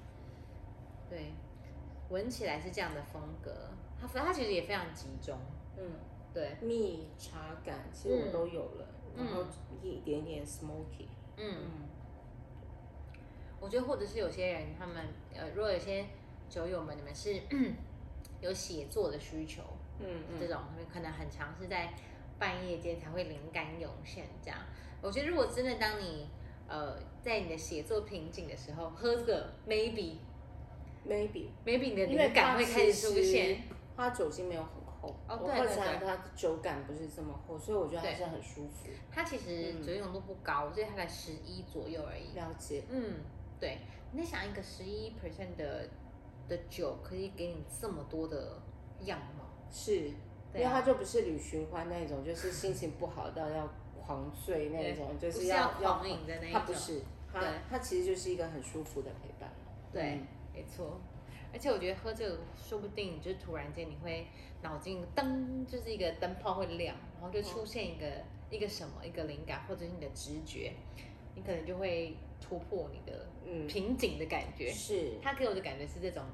对，闻起来是这样的风格，它它其实也非常集中，嗯， 对， 蜜茶感，其实我都有了，嗯、然后一点点 smoky。嗯，嗯我觉得或者是有些人他们呃，如果有些酒友们你们是有写作的需求，嗯嗯，这种可能很常是在半夜间才会灵感涌现这样。我觉得如果真的当你呃在你的写作瓶颈的时候，喝这个 maybe maybe maybe 你的灵感会开始出现。 它酒精没有很厚，哦，对对对，它酒感不是这么厚，所以我觉得还是很舒服。 它其实酒精浓度不高，所以它才十一左右而已。 了解， 嗯，对。你在想一个十一 percent 的的酒可以给你这么多的样貌， 是，因为它就不是旅循环那种，就是心情不好到要狂醉那种，就是要狂饮的那一种。 它不是，它它其实就是一个很舒服的陪伴。 对，没错。而且我觉得喝这个，说不定你就突然间你会脑筋灯，就是一个灯泡会亮，然后就出现一个、哦、一个什么一个灵感，或者是你的直觉，你可能就会突破你的瓶颈的感觉。嗯、是，他给我的感觉是这种，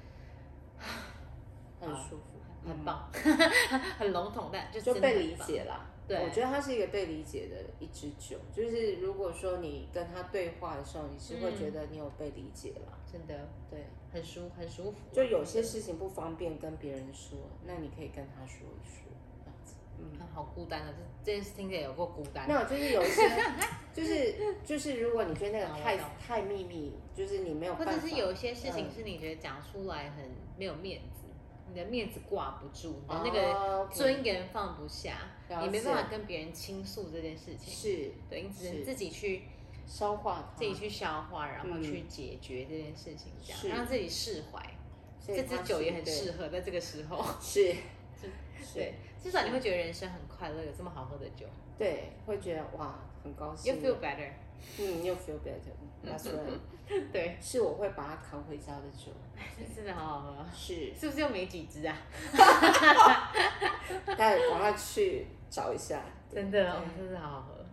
很舒服， 很棒，很笼统，但就就被理解了。 对， 我觉得它是一个被理解的一支酒，就是如果说你跟他对话的时候，你是会觉得你有被理解了， 嗯、真的， 对， 很舒很舒服。 就有些事情不方便跟别人说，那你可以跟他说一说，这样子。 嗯，好孤单啊，这这件事听起来有够孤单。 没有，就是有一些，就是就是，如果你觉得那个太太秘密，就是你没有办法， 或者是有一些事情是你觉得讲出来很没有面子。你的面子挂不住，你的那个尊严放不下，你没办法跟别人倾诉这件事情。是，对，你只能自己去消化它， 自己去消化，然后去解决这件事情，这样让自己释怀。这支酒也很适合在这个时候。 是， 对，至少你会觉得人生很快乐，有这么好喝的酒。 对，会觉得哇，很高兴。 You feel better。 嗯 ，You feel better。That's right。对，是我会把它扛回家的酒。 真的好好喝。 是， 是不是又没几支啊？ 待会赶快去找一下。 真的哦，真的好好喝。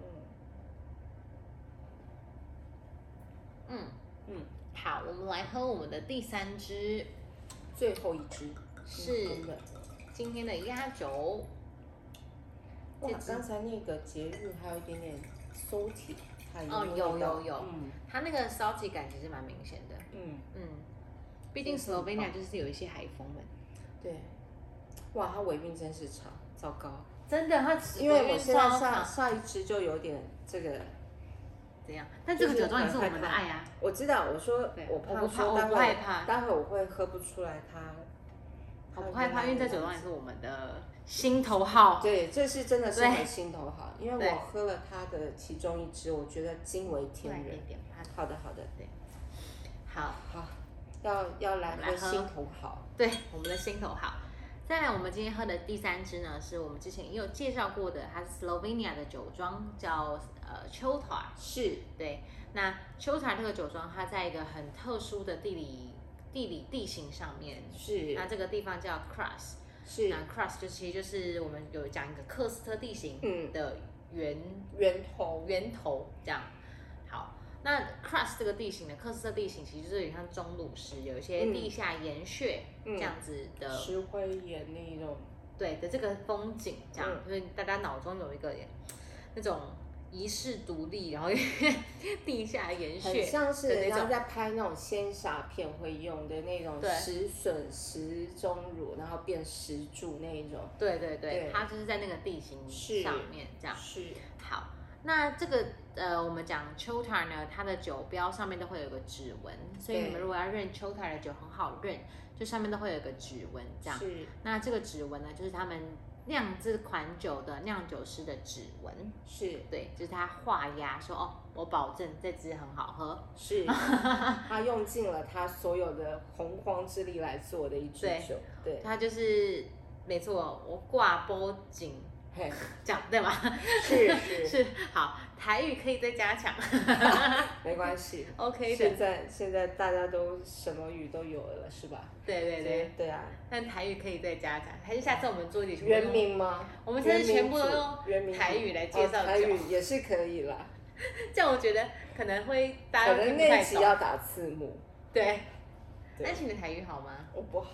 嗯嗯，好，我们来喝我们的第三支， 最后一支是今天的压轴。 哇，刚才那个节日还有一点点 salty。 哦，有有有，嗯，它那个 salty 感其实蛮明显的，嗯嗯，毕竟 Slovenia 就是有一些海风们， 对，哇，它尾韵真是长，糟糕， 真的，它因为我现在下下一支就有点这个怎样？但这个酒庄也是我们的爱啊， 我知道，我说我怕说我不害怕， 待会我会喝不出来它， 我不害怕，因为这酒庄也是我们的心头好， 对，这是真的是我的心头好，因为我喝了它的其中一支，我觉得惊为天人。好的，好的，对， 好， 好，要要来喝心头好， 对，我们的心头好。再来，我们今天喝的第三支呢，是我们之前也有介绍过的，它是 Slovenia 的酒庄，叫呃 Chota。 是， 对，那 Chota 这个酒庄，它在一个很特殊的地理地理地形上面， 是， 那这个地方叫 Kras。是，那 Kras 就其实就是我们有讲一个喀斯特地形的源、 嗯、源头源头这样。好，那 Kras 这个地形呢，喀斯特地形其实就是有点像钟乳石，有一些地下岩穴、嗯、这样子的石灰岩那种， 对的这个风景，这样、嗯、就是大家脑中有一个那种遗世独立，然后地下岩穴， 很像是人家在拍那种仙侠片会用的那种石笋、石钟乳，然后变石柱那一种。 对对 对, 对，它就是在那个地形上面这样。是。好，那这个呃，我们讲 Chota 呢，它的酒标上面都会有个指纹，所以你们如果要认 Chota 的酒很好认，就上面都会有个指纹这样。是。那这个指纹呢，就是他们酿这款酒的酿酒师的指纹，是对，就是他画押说哦，我保证这支很好喝， 是他用尽了他所有的洪荒之力来做的一支酒，对， 他就是没错，我挂波景讲对吗？ 是是是，好，台语可以再加强， 没关系 ，OK 的。 现在现在大家都什么语都有了，是吧？ 对对对对啊， 但台语可以再加强，还是下次我们做一集原名吗？ 我们现在全部都用台语来介绍酒， 哦、台语也是可以啦。 这样我觉得可能会大家可能那一集要打字幕。 对，安琪的台语好吗？ 我不好。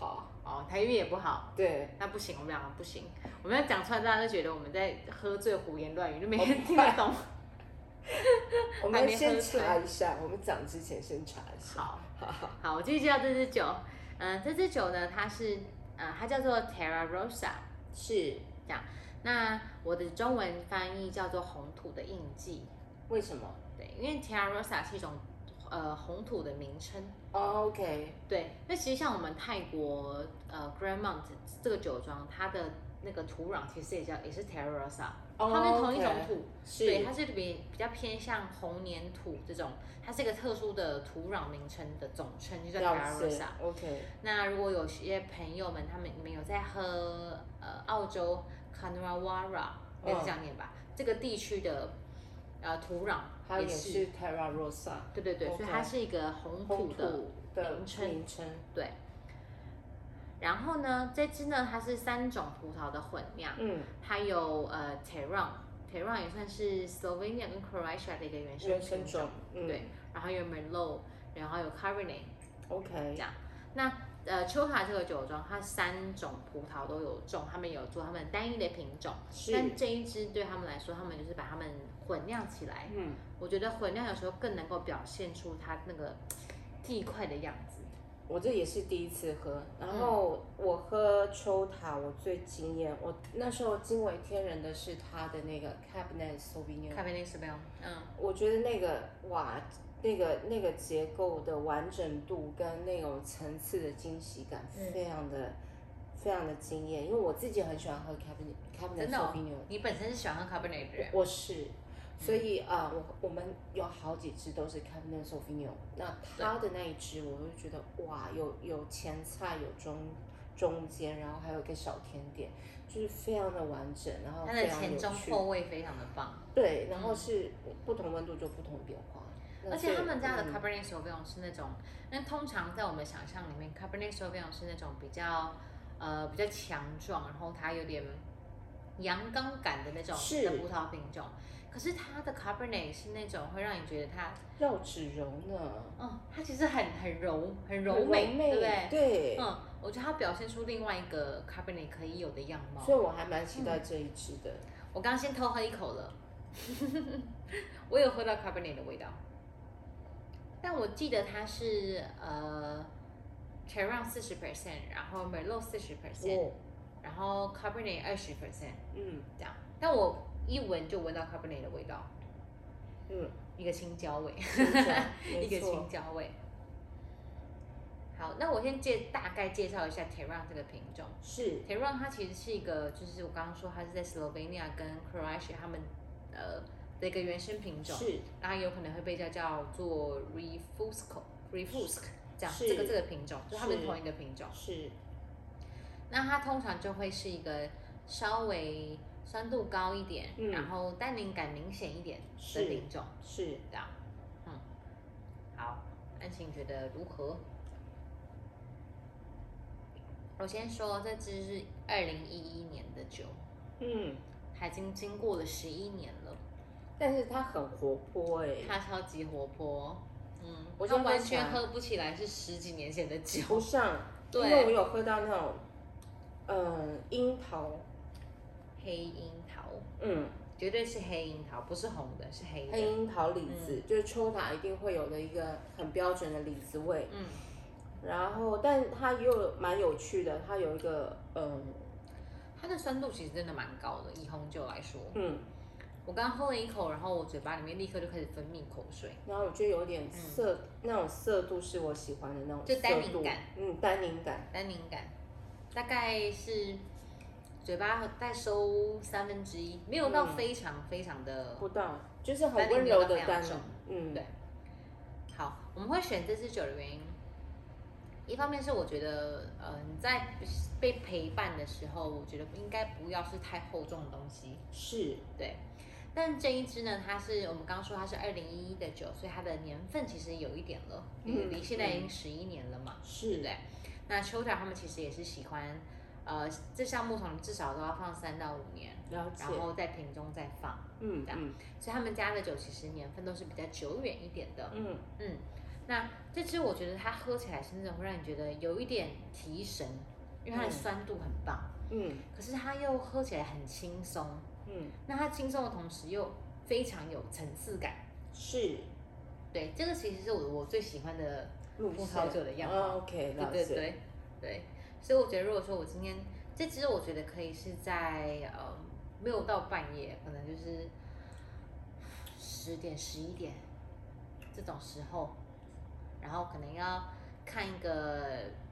哦，台语也不好。 对， 那不行，我们两个不行。我们要讲出来，大家都觉得我们在喝醉、胡言乱语，就没人听得懂。 我们先查一下，我们讲之前先查一下。 好，好，好，我继续介绍这支酒。嗯、呃，这支酒呢，它是呃，它叫做 Terra Rosa， 是这样。那我的中文翻译叫做红土的印记。 为什么？ 对，因为 Terra Rosa 是一种呃红土的名称。 哦 ，OK。 对，那其实像我们泰国呃 Grandmont 这个酒庄，它的那个土壤其实也叫也是 Terra Rosa， 它们同一种土，对，它是比比较偏向红黏土这种，它是一个特殊的土壤名称的总称，就叫 Terra Rosa。OK。 那如果有些朋友们他们你们有在喝呃澳洲 Coonawarra， 应该是这样念吧，这个地区的呃土壤它也是 Terra Rosa。 对对对，所以它是一个红土的名称。 名称对。然后呢，这支呢它是三种葡萄的混酿，嗯，它有呃 Teran，Teran 也算是 Slovenia 跟 Croatia 的一个原生品种，嗯、对，然后有 Merlot， 然后有 Cabernet，OK， 这样。那呃秋塔这个酒庄，它三种葡萄都有种，他们有做他们单一的品种，但这一支对他们来说，他们就是把它们混酿起来，嗯，我觉得混酿有时候更能够表现出它那个地块的样子。 我这也是第一次喝，然后我喝秋塔，我最惊艳，我那时候惊为天人的是它的那个 Cabernet Sauvignon。Cabernet Sauvignon， 嗯， 我觉得那个哇，那个那个结构的完整度跟那种层次的惊喜感，非常的、嗯、非常的惊艳，因为我自己很喜欢喝 Cabernet Cabernet Sauvignon。 哦、你本身是喜欢喝 Cabernet 的人？ 我是。所以啊、呃，我我们有好几支都是 Cabernet Sauvignon， 那它的那一支，我就觉得哇，有有前菜，有中中间，然后还有一个小甜点，就是非常的完整，然后它的前中后味非常的棒。 对，然后是不同温度就不同变化。 嗯、而且他们家的 Cabernet Sauvignon 是那种，那、嗯、通常在我们想象里面 ，Cabernet Sauvignon 是那种比较呃比较强壮，然后它有点阳刚感的那种的葡萄品种。可是它的 Cabernet 是那种会让你觉得它绕指柔呢， 嗯，它其实很很柔很柔美，对不对？ 对， 嗯，我觉得它表现出另外一个 Cabernet 可以有的样貌， 所以我还蛮期待这一支的。 嗯、我刚刚先偷喝一口了，我有喝到 Cabernet 的味道，但我记得它是呃 Teran 四十 percent， 然后 Merlot 四十 percent， 然后 Cabernet 二十 percent， 嗯，这样，但我一闻就闻到 Cabernet 的味道，嗯，一个青椒味，一个青椒味。好，那我先介大概介绍一下 Teran 这个品种。 是 Teran 它其实是一个，就是我刚刚说它是在 Slovenia 跟 Croatia 他们呃的一个原生品种，是，然后有可能会被叫叫做 Refusco，Refusc 这样，这个这个品种，就它们同一个品种。 是。 那它通常就会是一个稍微酸度高一点，嗯、然后单宁感明显一点的品种， 是这样。嗯，好，安晴觉得如何？我先说，这支是二零一一年的酒，嗯，它已经经过了十一年了， 但是它很活泼哎、欸， 它超级活泼，嗯，它完全喝不起来是十几年前的酒， 不像，对，因为我有喝到那种，嗯，樱桃。 黑樱桃，嗯，绝对是黑樱桃，不是红的，是黑的。 黑樱桃李子，嗯、就是秋塔一定会有的一个很标准的李子味，嗯。然后，但它又蛮有趣的，它有一个，嗯， 它的酸度其实真的蛮高的，以红酒来说，嗯。我刚喝了一口，然后我嘴巴里面立刻就开始分泌口水， 然后我觉得有点涩，嗯、那种涩度是我喜欢的那种涩度， 就单宁感， 嗯，单宁感， 单宁感，大概是。嘴巴再收三分之一，没有到非常非常的、 嗯、不到，就是很温柔的单宁。 嗯，对。好，我们会选这支酒的原因，一方面是我觉得，呃，你在被陪伴的时候，我觉得应该不要是太厚重的东西。 是， 对。但这一支呢，它是我们刚刚说它是二零一一的酒，所以它的年份其实有一点了，嗯，离现在已经十一年了嘛， 是， 对不对？那秋塔他们其实也是喜欢。呃，这橡木桶至少都要放三到五年，然后在瓶中再放，嗯，这样，嗯、所以他们家的酒其实年份都是比较久远一点的，嗯嗯。那这支我觉得它喝起来是那种会让你觉得有一点提神， 因为它的酸度很棒，嗯，可是它又喝起来很轻松，嗯，那它轻松的同时又非常有层次感， 是， 对，这个其实是我我最喜欢的葡萄酒的样貌、 哦、，OK， 对对对对，所以我觉得如果说我今天这支，我觉得可以是在呃没有到半夜，可能就是十点十一点这种时候，然后可能要看一个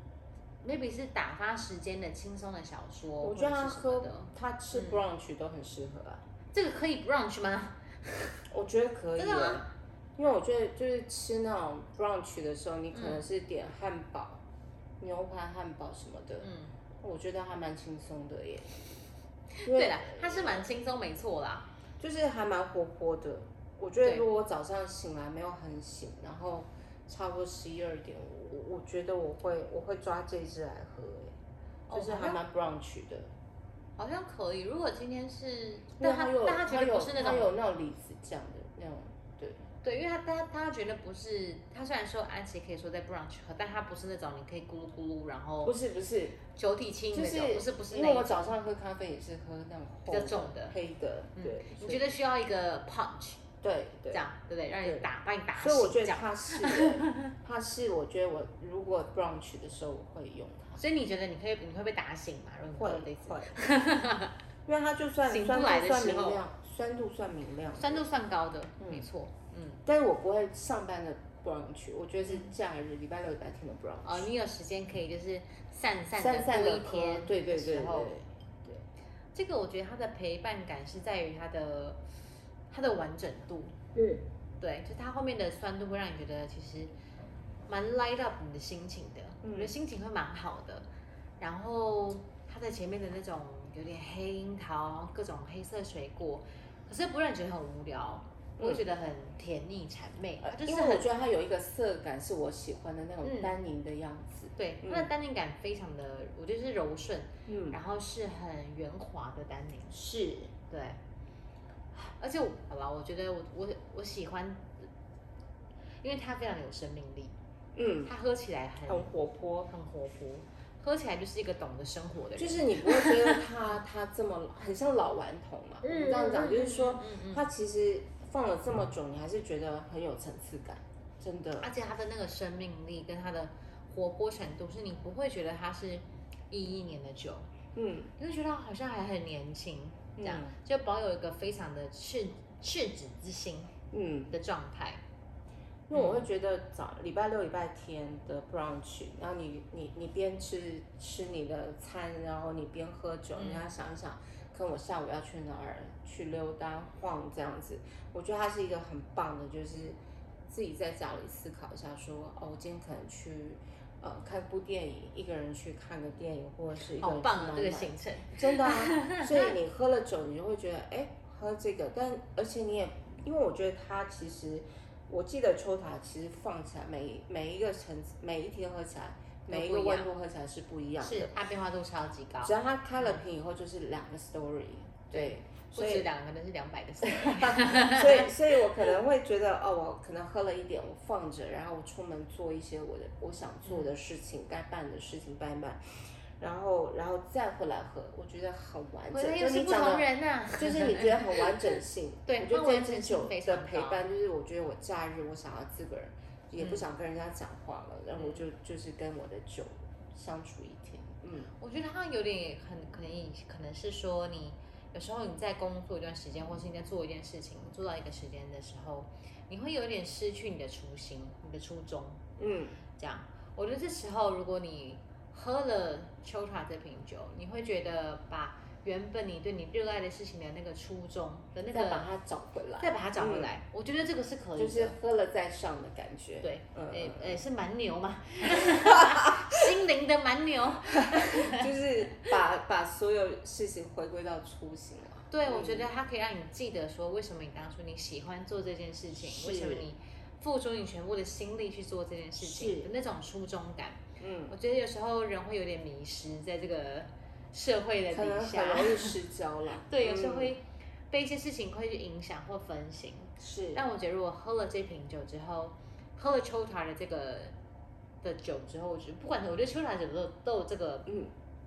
maybe 是打发时间的轻松的小说， 我觉得他喝他吃 brunch 都很适合啊。 这个可以 brunch 吗？ 我觉得可以，真的吗？因为我觉得就是吃那种 brunch 的时候，你可能是点汉堡、嗯、牛排汉堡什么的，嗯，我觉得还蛮轻松的耶。 对啦，它是蛮轻松，没错啦， 就是还蛮活泼的。我觉得如果我早上醒来没有很醒，然后差不多十一二点，我我觉得我会我会抓这支来喝，哎，就是还蛮 brunch 的。 好像可以，如果今天是， 但他有但他觉得不是那种， 他有那种李子酱的那种，对对，因为他他他觉得不是，他虽然说安琪可以说在 brunch 喝，但他不是那种你可以咕噜咕噜，然后不是不是酒体轻那种，不是不是， 因为我早上喝咖啡也是喝那种比较重的黑的，对， 你觉得需要一个 punch， 对对， 这样对不对？让你打把你打醒，所以我觉得它是，它是我觉得我如果 brunch 的时候我会用它， 所以你觉得你可以你会被打醒吗？ 会会。因为它就算醒不来的时候， 酸度算明亮， 酸度算高的，没错，嗯。 但是我不会上班的 brunch， 我觉得是假日，礼拜六、礼拜天的 brunch。 哦，你有时间可以就是散散的过一天， 对对对对对。 这个我觉得它的陪伴感是在于它的它的完整度， 嗯， 对，就它后面的酸度会让你觉得其实蛮 light up 你的心情的，我觉得心情会蛮好的，然后它的前面的那种。有点黑樱桃，各种黑色水果，可是不让你觉得很无聊，不会觉得很甜腻谄媚。它就是因为我觉得它有一个色感是我喜欢的那种丹宁的样子。 对，它的丹宁感非常的，我觉得是柔顺，嗯，然后是很圆滑的丹宁。 是， 对。而且我好了，我觉得我我我喜欢，因为它非常有生命力，嗯，它喝起来很很活泼， 很活泼。喝起来就是一个懂得生活的人， 就是你不会觉得他他这么很像老顽童嘛？嗯，这样讲就是说，他其实放了这么久，你还是觉得很有层次感，真的。 而且他的那个生命力跟他的活泼程度，是你不会觉得他是一一年的酒，嗯，你会觉得他好像还很年轻，这样、嗯、就保有一个非常的赤赤子之心，嗯的状态。 因为我会觉得早礼拜六、礼拜天的 brunch， 然后你你你边吃吃你的餐，然后你边喝酒，嗯、你要想一想，看我下午要去哪儿去溜达晃这样子，我觉得它是一个很棒的，就是自己在家里思考一下说，哦，我今天可能去呃看部电影，一个人去看个电影，或者是一个人去好棒的这个行程， 真的啊，所以你喝了酒，你就会觉得，哎，喝这个，但而且你也，因为我觉得它其实。我记得秋塔其实放起来每每一个层次每一天喝起来每一个温度喝起来是不一样的， 是它变化度超级高。 只要它开了瓶以后就是两个 story，、嗯、对， 不止两个，可能是两百个 story。 所以，所以我可能会觉得，哦，我可能喝了一点，我放着，然后我出门做一些我的我想做的事情，嗯、该办的事情办一办。然后，然后再回来喝，我觉得很完整。 又是不同人呐、 啊，就是你觉得很完整性。 对， 我觉得这支酒的陪伴，就是我觉得我假日我想要自个人，也不想跟人家讲话了，嗯、然后我就就是跟我的酒相处一天。嗯， 我觉得它有点很可能可能是说你有时候你在工作一段时间，或是你在做一件事情，做到一个时间的时候，你会有点失去你的初心、你的初衷。嗯，这样，我觉得这时候如果你喝了秋茶这瓶酒，你会觉得把原本你对你热爱的事情的那个初衷的那个再把它找回来， 再把它找回来，嗯、我觉得这个是可以的， 就是喝了再上的感觉。 对，嗯，诶、欸欸、是蛮牛嘛，心灵的蛮牛， 就是把把所有事情回归到初心了。 对，嗯、我觉得它可以让你记得说，为什么你当初你喜欢做这件事情，为什么你付出你全部的心力去做这件事情的那种初衷感。嗯，我觉得有时候人会有点迷失在这个社会的底下， 很容易失焦了。 对，有时候会被一些事情会去影响或分心。 是， 但我觉得如果喝了这瓶酒之后，喝了秋茶的这个的酒之后，我觉得不管我觉得秋茶酒都都有这个嗯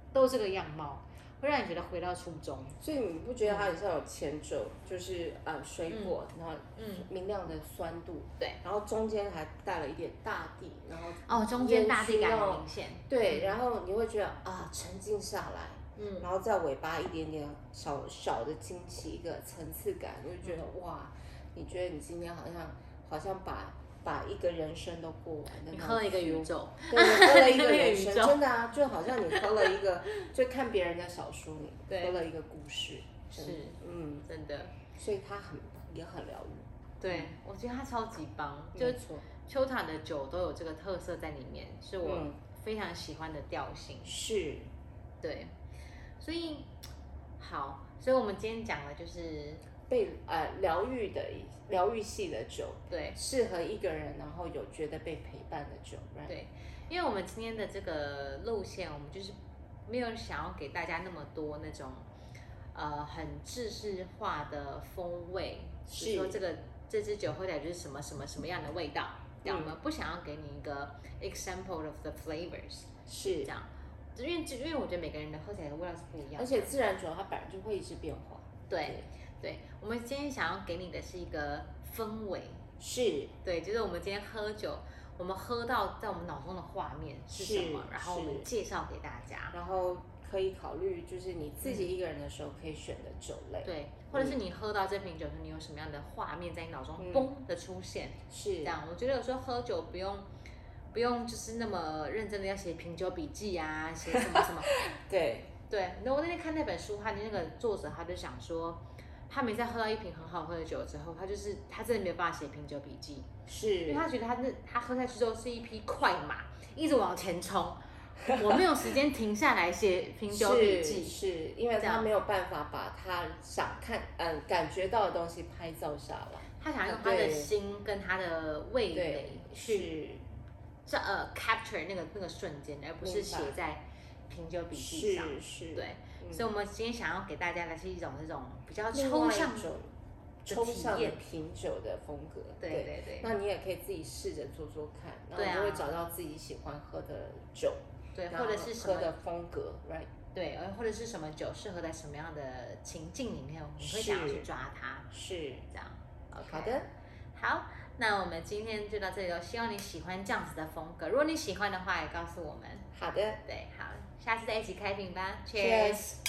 都这个样貌，会让你觉得回到初衷。 所以你不觉得它很像有前轴，就是呃水果，嗯、然后明亮的酸度， 对， 然后中间还带了一点大地，然后哦中间大地感很明显， 对，嗯、然后你会觉得啊沉静下来，嗯，然后在尾巴一点点小小的惊奇一个层次感，你会觉得、嗯、哇，你觉得你今天好像好像把。把一个人生都过完的， 你喝了一个宇宙， 对，你喝了一个人生，真的啊，就好像你喝了一个，就看别人的小说，你喝了一个故事， 是，嗯，真的， 所以它很也很疗愈。 对，我觉得它超级棒，就秋塔的酒都有这个特色在里面，是我非常喜欢的调性。 是， 对，所以好，所以我们今天讲的就是被呃疗愈的。疗愈系的酒， 对， 适合一个人，然后有觉得被陪伴的酒， right? 对，因为我们今天的这个路线，我们就是没有想要给大家那么多那种呃很制式化的风味，是说这个这支酒喝起来就是什么什么什么样的味道，这样、嗯、我们不想要给你一个 example of the flavors， 是这样，因为因为我觉得每个人的喝起来的味道是不一样的， 而且自然酒它本来就会一直变化， 对。对，我们今天想要给你的是一个氛围， 是对，就是我们今天喝酒，我们喝到在我们脑中的画面是什么，然后我们介绍给大家， 然后可以考虑就是你自己一个人的时候可以选的酒类， 对，或者是你喝到这瓶酒时，你有什么样的画面在你脑中嘣的出现， 是这样。我觉得有时候喝酒不用不用就是那么认真的要写品酒笔记啊，写什么什么， 对对。那我那天看那本书，他的那个作者他就想说。他没在喝到一瓶很好喝的酒之后，他就是他真的没有办法写品酒笔记， 是因为他觉得他那他喝下去之后是一匹快马，一直往前冲，我没有时间停下来写品酒笔记， 是, 是因为他没有办法把他想看嗯感觉到的东西拍照下来， 他想用他的心跟他的味蕾去这呃 capture 那个那个瞬间，而不是写在品酒笔记上， 是是， 对。所以，我们今天想要给大家的是一种这种比较抽象的、 抽象的品酒的风格。 对对对。 那你也可以自己试着做做看，然后你就会找到自己喜欢喝的酒， 对，或者是什么喝的风格 ，right？ 对，或者是什么酒适合在什么样的情境里面，我们会想要去抓它。 是这样。Okay. 好的， 好，那我们今天就到这里了。希望你喜欢这样子的风格，如果你喜欢的话，也告诉我们。 好的， 对，好。下次再一起开瓶吧 ，Cheers。